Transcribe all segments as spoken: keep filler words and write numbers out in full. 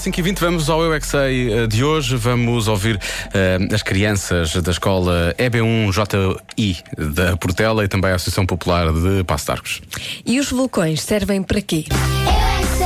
cinco e vinte, vamos ao Eu é que Sei de hoje. Vamos ouvir uh, as crianças da escola E B um J I da Portela e também a Associação Popular de Passo de Arcos. E os vulcões servem para quê? Eu é que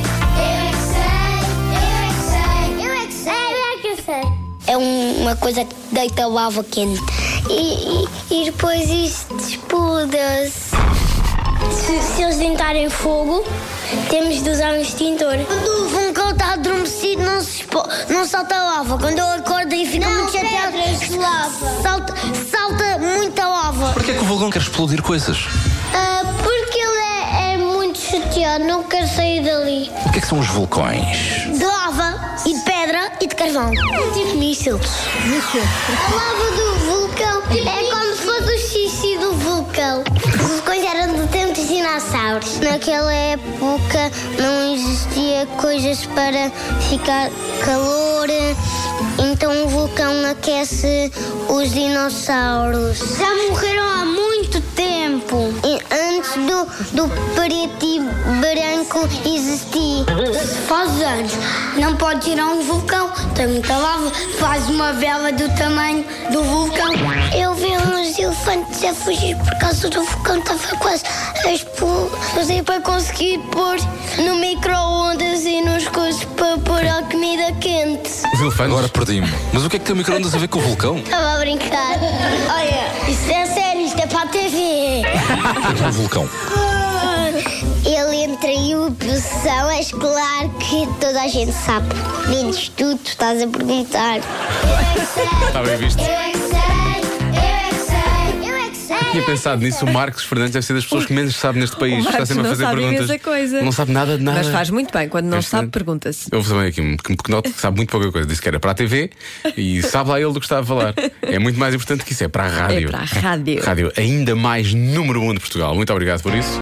sei, eu é que sei, eu é que sei, eu é que sei, eu é que sei. É um- uma coisa que deita lava quente e, e, e depois isto explode-se. Se, se eles tentarem fogo, temos de usar um extintor. Quando o vulcão está adormecido, não, se expo- não salta lava. Quando ele acorda e fica muito chateado, salta, salta muita lava. Porquê é que o vulcão quer explodir coisas? Ah, porque ele é, é muito chateado, não quer sair dali. O que é que são os vulcões? De lava e de pedra e de carvão. É tipo mísseis. A lava do vulcão é como se fosse o xixi do vulcão. Os vulcões eram do tempo dos dinossauros. Naquela época não existia coisas para ficar calor, então o vulcão aquece os dinossauros. Já morreram há muito tempo. E antes do, do preto e branco existir. Faz anos. Não pode tirar um vulcão. Tem muita lava. Faz uma vela do tamanho do vulcão. Eu vi uns elefantes a fugir por causa do vulcão. Estava quase a explodir para conseguir pôr no micro-ondas e nos coisas para pôr a comida quente. Os elefantes. Agora perdi-me. Mas o que é que tem o micro-ondas a ver com o vulcão? Estava a brincar. Olha, isso é sério, isto é para a T V. O que é um vulcão? Ele entra em erupção, é claro que toda a gente sabe. Menos tu, tu estás a perguntar. Está bem visto. Eu é que sei, eu é que sei, eu é que sei. Tinha pensado nisso, o Marcos Fernandes deve ser das pessoas que menos sabe neste país. O Está Marcos sempre a não fazer sabe perguntas. imensa coisa. Não sabe nada de nada. Mas faz muito bem, quando não Este- sabe, pergunta-se. Houve também aqui um pequeno pequenote que sabe muito pouca coisa. Disse que era para a T V e sabe lá ele do que está a falar. É muito mais importante que isso, é para a rádio. É para a rádio. Rádio ainda mais número um de Portugal. Muito obrigado por isso.